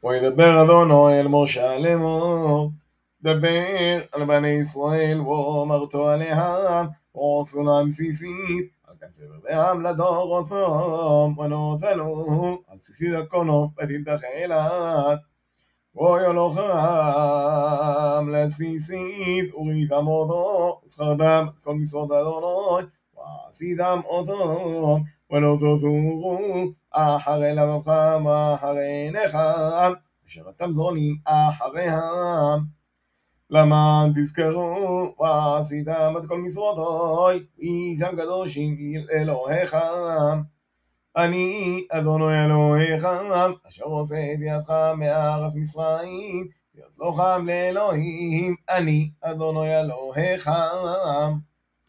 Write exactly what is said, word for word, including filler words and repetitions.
וידבר אדוני אל משה לאמור, דבר על בני ישראל ואמרתו עליהם, ועשו להם סיסית, על כנפי ברגליהם לדורותם, ונותנו על סיסית הכונוף ותתחילת. ויולוכם לסיסית, וריתם אותו, ושכרתם את כל משרות אדוני, ועשיתם אותו, ולא תותורו אחרי לבבכם ואחרי עיניכם, אשר אתם זונים אחריהם. למען תזכרו, ועשיתם את כל משרותיי, והייתם קדושים לאלוהיכם. אני אדוני אלוהיך, אשר עושה את ידך מארץ מצרים, להיות לוחם לאלוהים, אני אדוני אלוהיך.